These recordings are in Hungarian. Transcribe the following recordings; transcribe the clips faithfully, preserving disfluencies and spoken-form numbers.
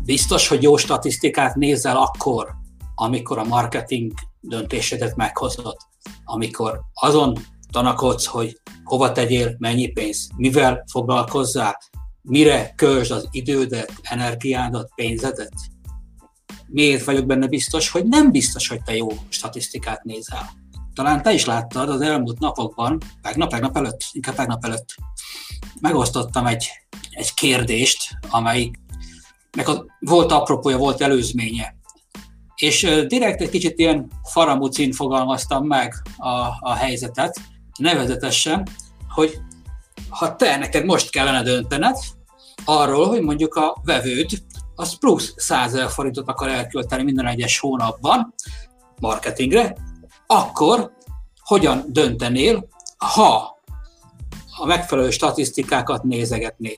biztos, hogy jó statisztikát nézel akkor, amikor a marketing döntésedet meghozod, amikor azon tanakodsz, hogy hova tegyél, mennyi pénzt, mivel foglalkozzál, mire költsd az idődet, energiádat, pénzedet. Miért vagyok benne biztos, hogy nem biztos, hogy te jó statisztikát nézel. Talán te is láttad az elmúlt napokban, tegnap, tegnap előtt, inkább tegnap előtt, megosztottam egy, egy kérdést, amelyiknek a, volt apropója, volt előzménye. És uh, direkt egy kicsit ilyen faramucin fogalmaztam meg a, a helyzetet, nevezetesen, hogy ha te neked most kellene döntened arról, hogy mondjuk a vevőd az plusz százezer forintot akar elkölteni minden egyes hónapban marketingre, akkor hogyan döntenél, ha a megfelelő statisztikákat nézegetnéd.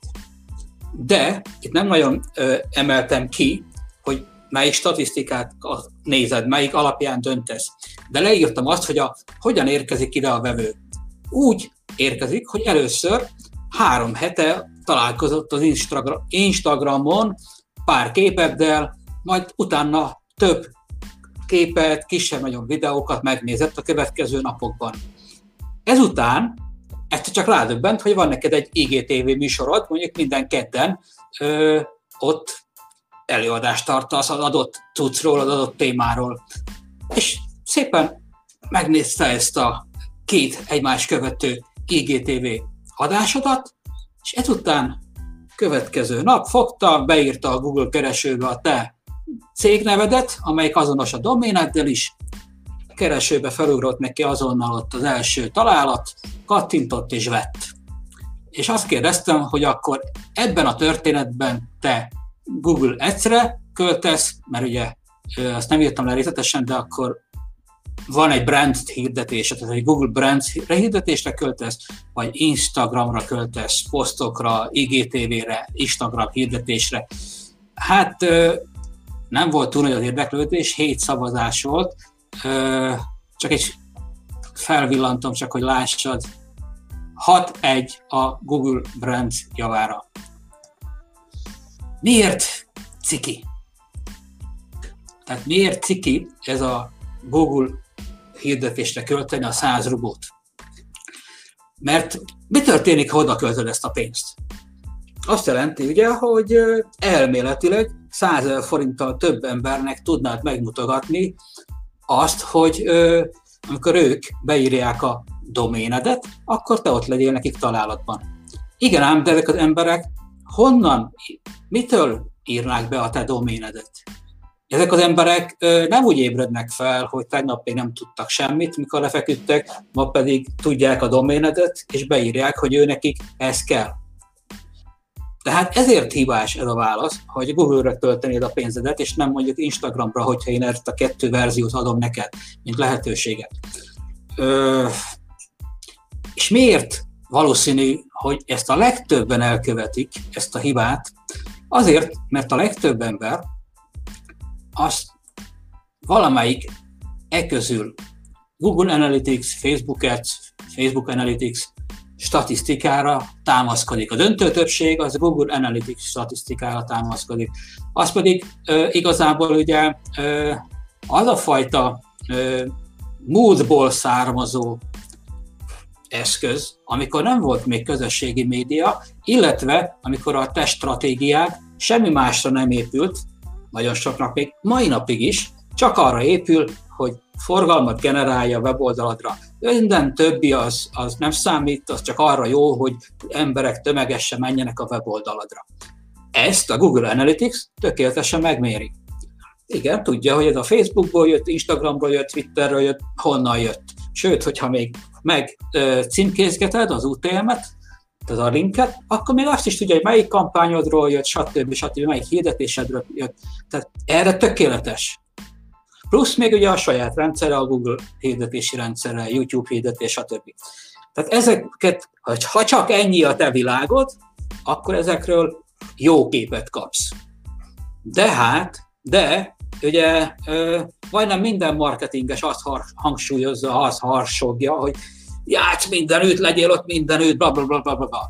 De itt nem nagyon ö, emeltem ki, hogy melyik statisztikát nézed, melyik alapján döntesz. De leírtam azt, hogy a, hogyan érkezik ide a vevő. Úgy érkezik, hogy először három hete találkozott az Instagram, Instagramon pár képeddel, majd utána több képet, kisebb-nagyobb videókat megnézett a következő napokban. Ezután ezt csak rádöbbent, hogy van neked egy i gé té vé műsorod, mondjuk minden kedden ö, ott előadást tartasz az adott cuccról, az adott témáról. És szépen megnézte ezt a két egymás követő i gé té vé adásodat, és ezután következő nap fogta, beírta a Google keresőbe a te cégnevedet, amelyik azonos a doméneddel is, keresőbe felugrott neki azonnal ott az első találat, kattintott és vett. És azt kérdeztem, hogy akkor ebben a történetben te Google Ads-re költesz, mert ugye azt nem írtam le részletesen, de akkor van egy brand hirdetése, tehát egy Google brand hirdetésre költesz, vagy Instagramra költesz, posztokra, i gé té vére, Instagram hirdetésre. Hát nem volt túl nagy az érdeklődés, hét szavazás volt, csak egy felvillantom, csak hogy lássad, hat egy a Google brand javára. Miért ciki? Tehát miért ciki ez a Google hirdetésre költeni a száz rubót? Mert mi történik, ha oda költöd ezt a pénzt? Azt jelenti ugye, hogy elméletileg százezer forinttal több embernek tudnád megmutogatni azt, hogy ö, amikor ők beírják a doménedet, akkor te ott legyél nekik találatban. Igen ám, de ezek az emberek honnan, mitől írnák be a te doménedet? Ezek az emberek ö, nem úgy ébrednek fel, hogy tegnap még nem tudtak semmit, mikor lefeküdtek, ma pedig tudják a doménedet, és beírják, hogy ő nekik ez kell. Tehát ezért hibás ez a válasz, hogy Google-re töltenéd a pénzedet, és nem mondjuk Instagramra, hogyha én ezt a kettő verziót adom neked, mint lehetőséget. Ö, és miért valószínű, hogy ezt a legtöbben elkövetik, ezt a hibát? Azért, mert a legtöbb ember azt valamelyik e közül Google Analytics, Facebook Ads, Facebook Analytics statisztikára támaszkodik. A döntő többség az Google Analytics statisztikára támaszkodik. Az pedig ö, igazából ugye ö, az a fajta ö, múltból származó eszköz, amikor nem volt még közösségi média, illetve amikor a te stratégiák semmi másra nem épült, nagyon soknak még mai napig is, csak arra épül, hogy forgalmat generálja a weboldaladra. Minden többi az, az nem számít, az csak arra jó, hogy emberek tömegesen menjenek a weboldaladra. Ezt a Google Analytics tökéletesen megméri. Igen, tudja, hogy ez a Facebookból jött, Instagramról jött, Twitterről jött, honnan jött. Sőt, hogyha még meg ö, címkézgeted az u té em-et, tehát a linket, akkor még azt is tudja, hogy melyik kampányodról jött, stb. stb. Melyik hirdetésedről jött. Tehát erre tökéletes. Plusz még ugye a saját rendszere, a Google hirdetési rendszere, YouTube hirdetés, stb. Tehát ezeket, ha csak ennyi a te világod, akkor ezekről jó képet kapsz. De hát, de ugye majdnem minden marketinges azt hangsúlyozza, azt harsogja, hogy játsz mindenütt, legyél ott mindenütt, bla bla bla bla bla.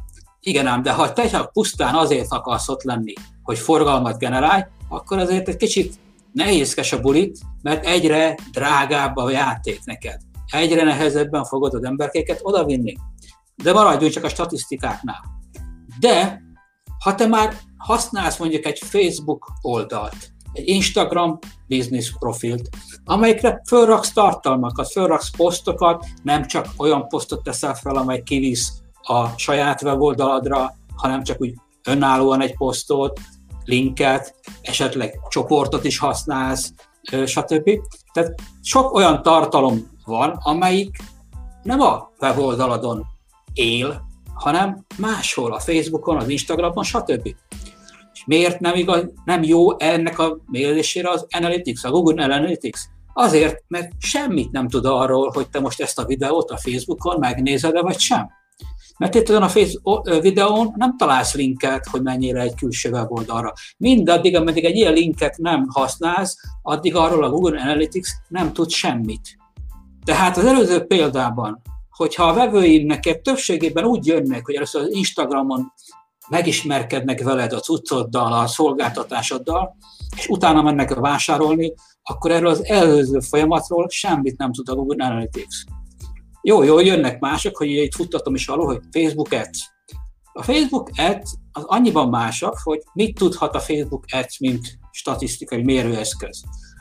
Igen ám, de ha te csak pusztán azért akarsz ott lenni, hogy forgalmat generálj, akkor azért egy kicsit nehézkes a buli, mert egyre drágább a játék neked. Egyre nehezebben fogod az emberkéket odavinni. De maradjunk csak a statisztikáknál. De ha te már használsz mondjuk egy Facebook oldalt, egy Instagram business profilt, amelyikre fölraksz tartalmakat, fölraksz posztokat, nem csak olyan posztot teszel fel, amely kivisz a saját weboldaladra, hanem csak úgy önállóan egy posztot, linket, esetleg csoportot is használsz, stb. Tehát sok olyan tartalom van, amelyik nem a weboldaladon él, hanem máshol, a Facebookon, az Instagramon, stb. És miért nem, igaz, nem jó ennek a mérésére az Analytics, a Google Analytics? Azért, mert semmit nem tud arról, hogy te most ezt a videót a Facebookon megnézed-e vagy sem. Mert itt a Facebook videón nem találsz linket, hogy mennyire egy külső weboldalra. Mindaddig, ameddig egy ilyen linket nem használsz, addig arról a Google Analytics nem tud semmit. Tehát az előző példában, hogyha a vevőim neked többségében úgy jönnek, hogy először az Instagramon megismerkednek veled a cuccoddal, a szolgáltatásoddal, és utána mennek vásárolni, akkor erről az előző folyamatról semmit nem tud a Google Analytics. Jó, jó, jönnek mások, hogy itt futtatom is arról, hogy Facebook Ads. A Facebook Ads az annyiban másabb, hogy mit tudhat a Facebook Ads, mint statisztikai mérőeszköz.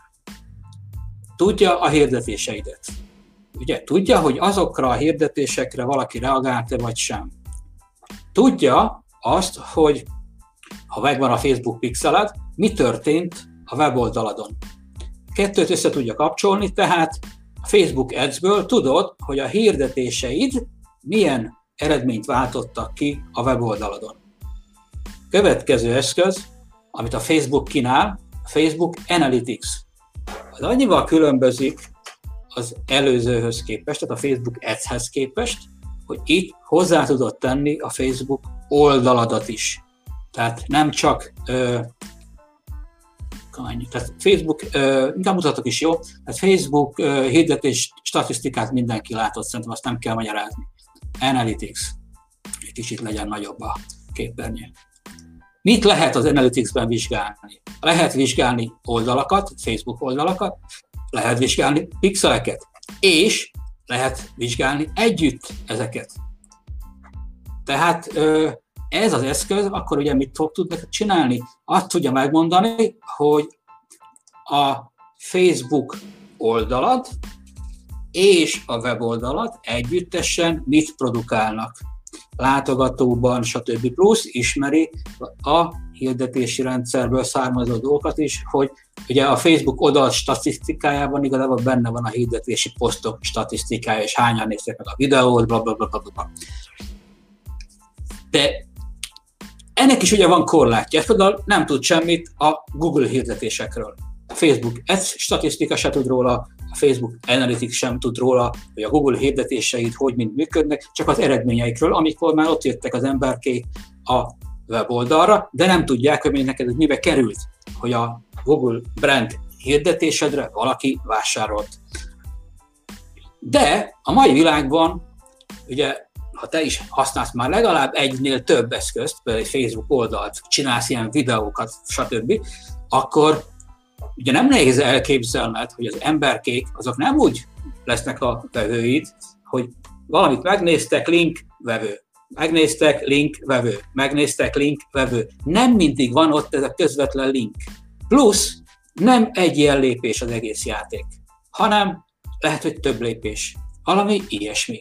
Tudja a hirdetéseidet. Ugye, tudja, hogy azokra a hirdetésekre valaki reagált-e vagy sem. Tudja azt, hogy ha megvan a Facebook pixeled, mi történt a weboldaladon. Kettőt össze tudja kapcsolni, tehát a Facebook Ads-ből tudod, hogy a hirdetéseid milyen eredményt váltottak ki a weboldaladon. Következő eszköz, amit a Facebook kínál, a Facebook Analytics. Az annyival különbözik az előzőhöz képest, tehát a Facebook Ads-hez képest, hogy itt hozzá tudod tenni a Facebook oldaladat is. Tehát nem csak ö, tehát Facebook, uh, inkább mutatok is, jó? Tehát Facebook uh, hirdetés statisztikát mindenki látott, szerintem azt nem kell magyarázni. Analytics. Egy kicsit legyen nagyobb a képernyő. Mit lehet az Analytics-ben vizsgálni? Lehet vizsgálni oldalakat, Facebook oldalakat, lehet vizsgálni pixeleket, és lehet vizsgálni együtt ezeket. Tehát uh, ez az eszköz, akkor ugye mit fog tudni csinálni? Azt tudja megmondani, hogy a Facebook oldalad és a weboldalad együttesen mit produkálnak. Látogatóban, stb. Plusz ismeri a hirdetési rendszerből származó dolgokat is, hogy ugye a Facebook oldal statisztikájában igazából benne van a hirdetési posztok statisztikája, és hányan néztek meg a videót, bla bla bla bla bla. De ennek is ugye van korlátja, ez például nem tud semmit a Google hirdetésekről. A Facebook Ads statisztika se tud róla, a Facebook Analytics sem tud róla, hogy a Google hirdetéseid hogy mind működnek, csak az eredményeikről, amikor már ott jöttek az emberkék a weboldalra, de nem tudják, hogy neked ez mibe került, hogy a Google brand hirdetésedre valaki vásárolt. De a mai világban, ugye, ha te is használsz már legalább egynél több eszközt, például egy Facebook oldalt, csinálsz ilyen videókat, stb., akkor ugye nem nehéz elképzelned, hogy az emberkék azok nem úgy lesznek a vevőid, hogy valamit megnéztek, link, vevő. Megnéztek, link, vevő. Megnéztek, link, vevő. Nem mindig van ott ez a közvetlen link. Plusz nem egy ilyen lépés az egész játék, hanem lehet, hogy több lépés. Valami ilyesmi.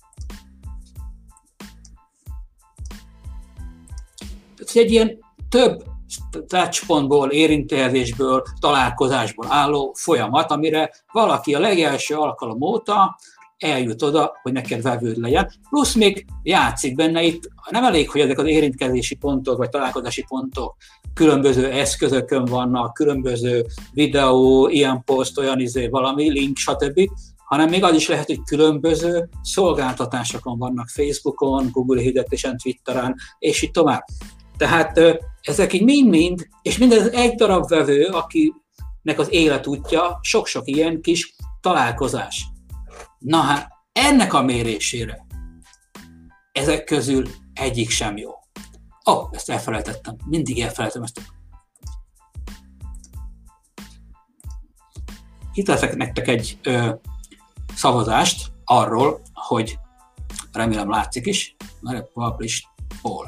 Tehát egy ilyen több touchpontból, érintkezésből, találkozásból álló folyamat, amire valaki a legelső alkalom óta eljut oda, hogy neked vevőd legyen, plusz még játszik benne itt, nem elég, hogy ezek az érintkezési pontok, vagy találkozási pontok különböző eszközökön vannak, különböző videó, ilyen poszt, olyan izé, valami, link, stb., hanem még az is lehet, hogy különböző szolgáltatásokon vannak, Facebookon, Google hirdetésen, Twitteren, és így tovább. Tehát ezek így mind-mind, és mindez egy darab vevő, akinek az életútja sok-sok ilyen kis találkozás. Na hát ennek a mérésére ezek közül egyik sem jó. Ó, oh, ezt elfelejtettem. Mindig elfelejtem ezt. Hitlek nektek egy ö, szavazást arról, hogy remélem látszik is, mert published poll.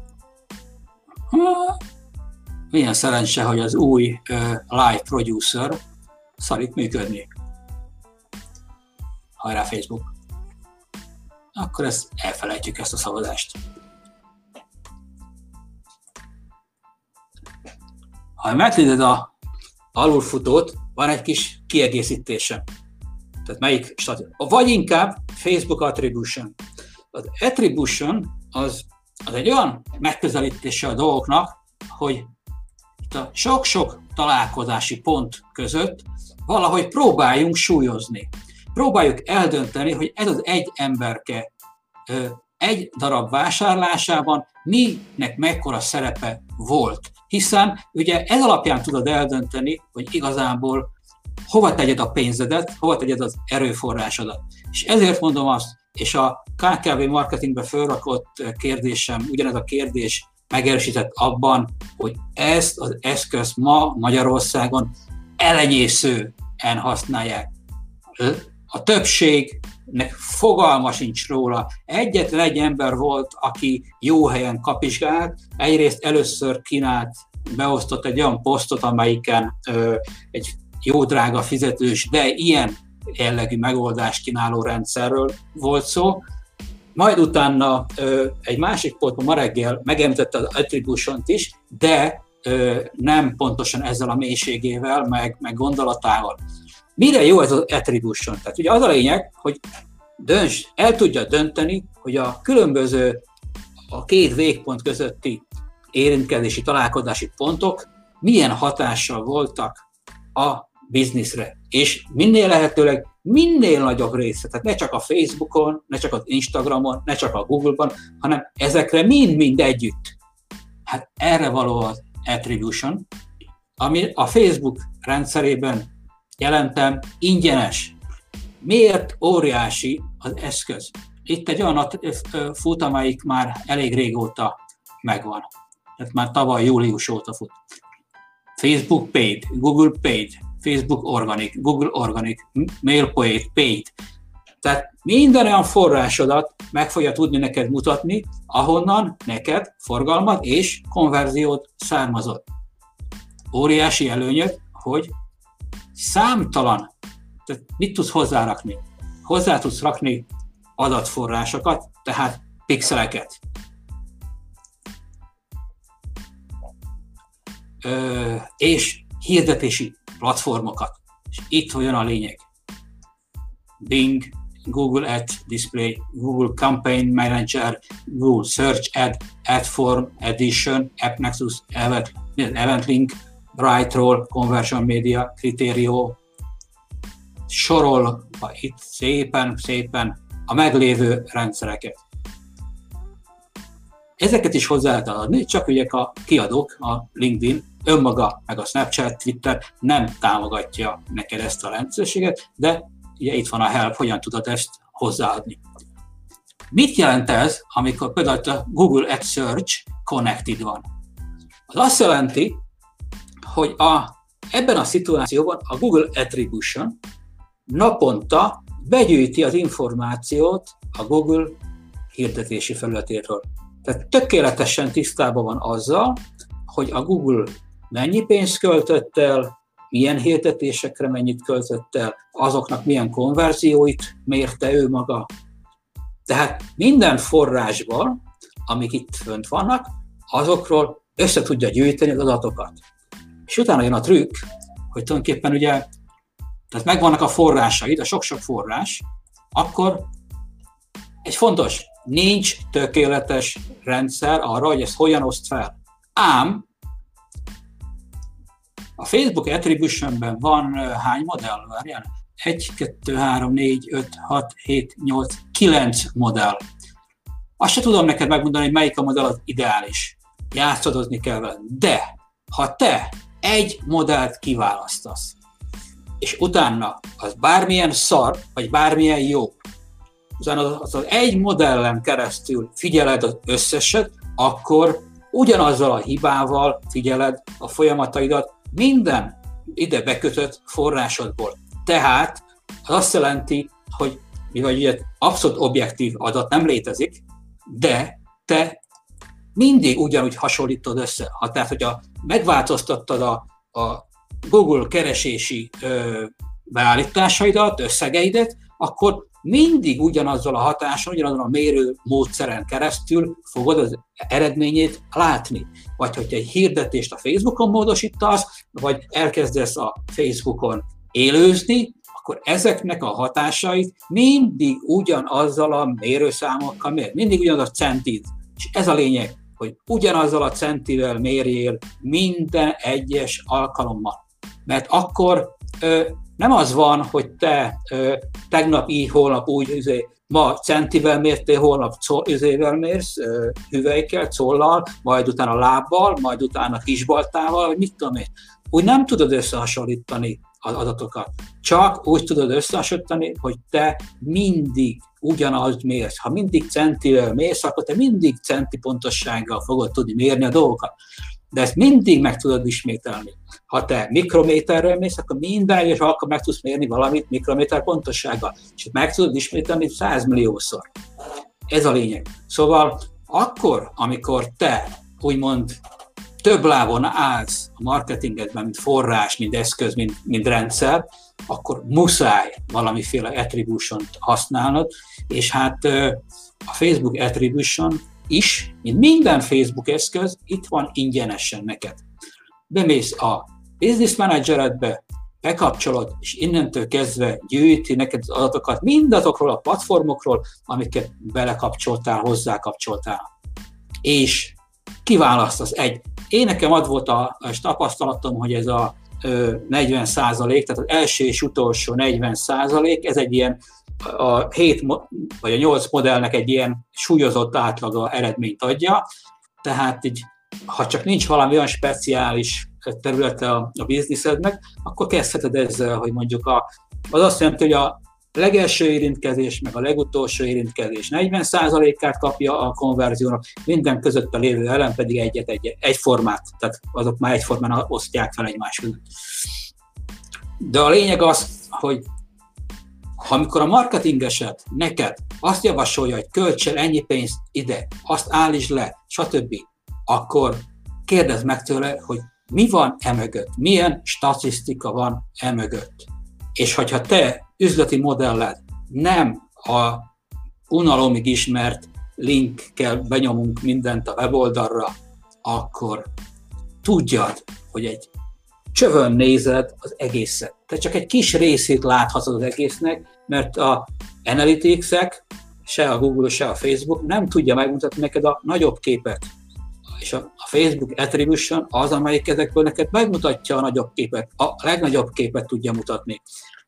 Milyen szerencse, hogy az új ö, live producer szarít működni. Hajrá Facebook! Akkor ezt elfelejtjük, ezt a szavazást. Ha megnézed a alulfutót, van egy kis kiegészítése. Tehát melyik statisztika? Vagy inkább Facebook Attribution. Az Attribution az, az egy olyan megközelítése a dolgoknak, hogy itt a sok-sok találkozási pont között valahogy próbáljunk súlyozni. Próbáljuk eldönteni, hogy ez az egy emberke egy darab vásárlásában minek mekkora szerepe volt. Hiszen ugye ez alapján tudod eldönteni, hogy igazából hova tegyed a pénzedet, hova tegyed az erőforrásodat. És ezért mondom azt, és a ká ká vé marketingbe felrakott kérdésem, ugyanez a kérdés megerősített abban, hogy ezt az eszközt ma Magyarországon elenyészően használják. A többségnek fogalma sincs róla. Egyetlen egy ember volt, aki jó helyen kapizsgált. Egyrészt először kínált, beosztott egy olyan posztot, amelyiken ö, egy jó drága fizetős, de ilyen jellegű megoldást kínáló rendszerről volt szó. Majd utána ö, egy másik pontban ma reggel megemlítette az attribution-t is, de ö, nem pontosan ezzel a mélységével, meg, meg gondolatával. Mire jó ez az attribution? Tehát ugye az a lényeg, hogy dönts, el tudja dönteni, hogy a különböző, a két végpont közötti érintkezési, találkozási pontok milyen hatással voltak a bizniszre. És minél lehetőleg minél nagyobb része, tehát ne csak a Facebookon, ne csak az Instagramon, ne csak a Google-ban, hanem ezekre mind-mind együtt. Hát erre való az attribution, ami a Facebook rendszerében jelentem ingyenes. Miért óriási az eszköz? Itt egy olyan fut, amelyik már elég régóta megvan. Tehát már tavaly július óta fut. Facebook Paid, Google Paid, Facebook Organic, Google Organic, MailPaid, Paid. Tehát minden olyan forrásodat meg fogja tudni neked mutatni, ahonnan neked forgalmat és konverziót származott. Óriási előnyök, hogy számtalan, tehát mit tudsz hozzárakni? Hozzá tudsz rakni adatforrásokat, tehát pixeleket. Ö, és hirdetési platformokat. És itt jön a lényeg. Bing, Google Ads Display, Google Campaign Manager, Google Search Ad, Adform, Edition, AppNexus, Event, EventLink, Brightroll, Conversion Media, Criteo, sorolva itt szépen, szépen a meglévő rendszereket. Ezeket is hozzá lehet adni, csak ugye a kiadók, a LinkedIn, önmaga, meg a Snapchat, Twitter nem támogatja neked ezt a rendszerséget, de ugye itt van a help, hogyan tudod ezt hozzáadni. Mit jelent ez, amikor például a Google Ads Search connected van? Az azt jelenti, hogy a, ebben a szituációban a Google Attribution naponta begyűjti az információt a Google hirdetési felületéről. Tehát tökéletesen tisztában van azzal, hogy a Google mennyi pénzt költött el, milyen hirdetésekre mennyit költött el, azoknak milyen konverzióit mérte ő maga. Tehát minden forrásban, amik itt fönt vannak, azokról össze tudja gyűjteni az adatokat. És utána jön a trükk, hogy tulajdonképpen ugye, tehát megvannak a forrásaid, a sok-sok forrás, akkor egy fontos, nincs tökéletes rendszer arra, hogy ezt hogyan oszt fel. Ám a Facebook Attributionben van hány modell? Várjál? egy, kettő, három, négy, öt, hat, hét, nyolc, kilenc modell. Azt se tudom neked megmondani, hogy melyik a modell az ideális. Játszadozni kell vele. De ha te egy modellt kiválasztasz, és utána az bármilyen szar, vagy bármilyen jó, utána az, az egy modellen keresztül figyeled az összeset, akkor ugyanazzal a hibával figyeled a folyamataidat minden ide bekötött forrásodból. Tehát az azt jelenti, hogy mivel ugye abszolút objektív adat nem létezik, de te mindig ugyanúgy hasonlítod össze. Ha tehát, hogyha megváltoztattad a, a Google keresési ö, beállításaidat, összegeidet, akkor mindig ugyanazzal a hatáson, ugyanazon a mérő módszeren keresztül fogod az eredményét látni. Vagy hogyha egy hirdetést a Facebookon módosítasz, vagy elkezdesz a Facebookon élőzni, akkor ezeknek a hatásait mindig ugyanazzal a mérőszámokkal mér. Mindig ugyanaz a centid. És ez a lényeg, hogy ugyanazzal a centivel mérjél minden egyes alkalommal. Mert akkor ö, nem az van, hogy te ö, tegnap így, holnap úgy, üzé, ma centivel mértél, holnap üzével mérsz, ö, hüvelykkel, collal, majd utána lábbal, majd utána kisbaltával, vagy mit tudom én. Úgy nem tudod összehasonlítani az adatokat. Csak úgy tudod összehasonlítani, hogy te mindig ugyanazt mérsz. Ha mindig centivel mérsz, akkor te mindig centi pontossággal fogod tudni mérni a dolgokat. De ezt mindig meg tudod ismételni. Ha te mikrométerrel mész, akkor minden egyes alkalommal meg tudsz mérni valamit mikrométer pontossággal. És meg tudod ismételni százmilliószor. Ez a lényeg. Szóval akkor, amikor te úgymond több lábon állsz a marketingedben, mint forrás, mint eszköz, mint, mint rendszer, akkor muszáj valamiféle attribution-t használnod, és hát a Facebook attribution is, mint minden Facebook eszköz, itt van ingyenesen neked. Bemész a Business Manageredbe, bekapcsolod, és innentől kezdve gyűjti neked az adatokat mindazokról a platformokról, amiket belekapcsoltál, hozzákapcsoltál. És kiválasztasz egy. Én nekem az volt a, a tapasztalatom, hogy ez a ö, negyven százalék, tehát az első és utolsó negyven százalék, ez egy ilyen a hét vagy a nyolc modellnek egy ilyen súlyozott átlaga eredményt adja, tehát így, ha csak nincs valami olyan speciális területe a, a bizniszednek, akkor kezdheted ezzel, hogy mondjuk a, az azt jelenti, hogy a legelső érintkezés, meg a legutolsó érintkezés negyven százalékát kapja a konverziónak, minden között a lévő elem pedig egyet, egy, egyformát, tehát azok már egyformán osztják fel egymás között. De a lényeg az, hogy ha amikor a marketingeset neked azt javasolja, hogy költsél ennyi pénzt ide, azt állítsd le, stb., akkor kérdezd meg tőle, hogy mi van emögött, milyen statisztika van emögött. És hogyha te üzleti modelled nem a unalomig ismert linkkel benyomunk mindent a weboldalra, akkor tudjad, hogy egy csövön nézed az egészet. Te csak egy kis részét láthatod az egésznek, mert a analytics-ek, se a Google, se a Facebook nem tudja megmutatni neked a nagyobb képet. És a Facebook Attribution az, amelyik ezekből neked megmutatja a nagyobb képet, a legnagyobb képet tudja mutatni.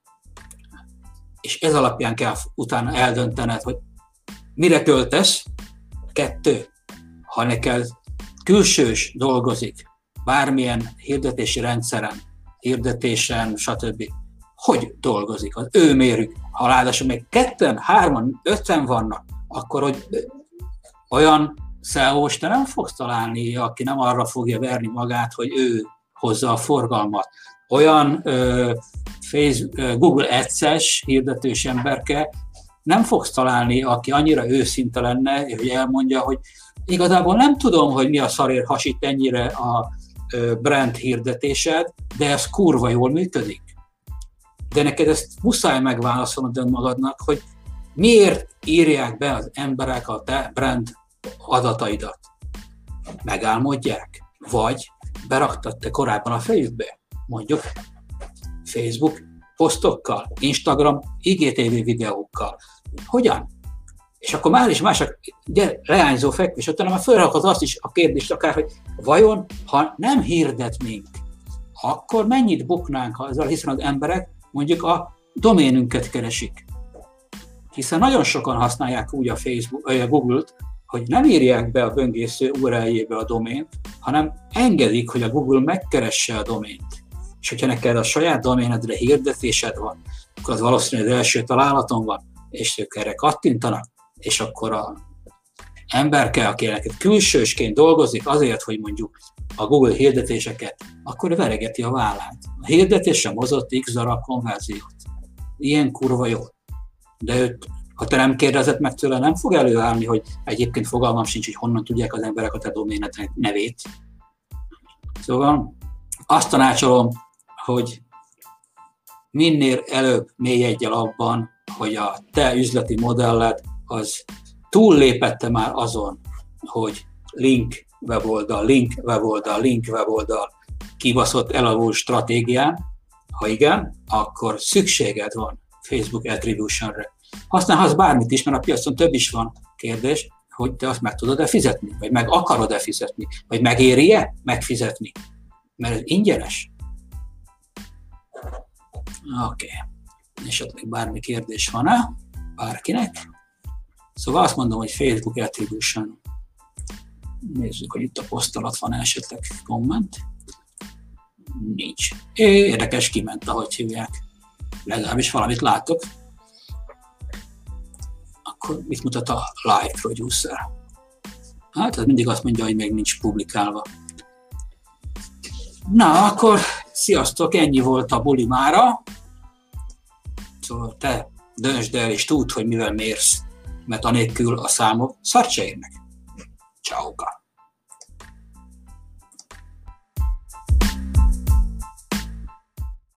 És ez alapján kell utána eldöntened, hogy mire költesz. Kettő, ha neked külsős dolgozik, bármilyen hirdetési rendszeren, hirdetésen, stb. Hogy dolgozik? Az ő mérük. Ha ráadásul még ketten, hárman, öten vannak, akkor hogy olyan es e ó-s te nem fogsz találni, aki nem arra fogja verni magát, hogy ő hozza a forgalmat. Olyan ö, Facebook, Google Ads-es hirdetős emberke nem fogsz találni, aki annyira őszinte lenne, hogy elmondja, hogy igazából nem tudom, hogy mi a szarért hasít ennyire a brand hirdetésed, de ez kurva jól működik. De neked ezt muszáj megválaszolnod önmagadnak, hogy miért írják be az emberek a te brand adataidat. Megálmodják? Vagy beraktad te korábban a fejükbe? Mondjuk Facebook posztokkal, Instagram, i gé té vé videókkal. Hogyan? És akkor már is mások, gyere, leányzó fekvés, utána már felrakod azt is a kérdést akár, hogy vajon, ha nem hirdetnénk, akkor mennyit buknánk azzal, hiszen az emberek mondjuk a doménünket keresik. Hiszen nagyon sokan használják úgy a Facebook, a Google-t, hogy nem írják be a böngésző u er el-jébe a domént, hanem engedik, hogy a Google megkeresse a domént. És hogyha neked a saját doménedre hirdetésed van, akkor az valószínűleg az első találaton van. és ők erre kattintanak, és akkor a emberke, aki külsősként dolgozik azért, hogy mondjuk a Google hirdetéseket, akkor veregeti a vállát. A hirdetés sem hozott X darab konverziót. Ilyen kurva jó. De őt, ha te nem kérdezed meg tőle, nem fog előállni, hogy egyébként fogalmam sincs, hogy honnan tudják az emberek a te doménet nevét. Szóval azt tanácsolom, hogy minél előbb mélyedj el abban, hogy a te üzleti modelled az túllépette már azon, hogy link weboldal, link weboldal, link weboldal kibaszott elavult stratégián. Ha igen, akkor szükséged van Facebook Attributionre. Használhatsz bármit is, mert a piacon több is van. Kérdés, hogy te azt meg tudod-e fizetni, vagy meg akarod-e fizetni, vagy megéri-e megfizetni, mert ez ingyenes. Oké. Okay. És ott még bármi kérdés van-e bárkinek? Szóval azt mondom, hogy Facebook Attribution. Nézzük, hogy itt a poszt alatt van esetleg komment. Nincs. Érdekes, kiment, ahogy hívják. Legalábbis valamit látok. Akkor mit mutat a Live Producer? Hát ez mindig azt mondja, hogy még nincs publikálva. Na, akkor sziasztok, ennyi volt a buli mára. Szóval te döntsd el és tudd, hogy mivel mérsz, mert anélkül a számok szart se érnek. Ciao.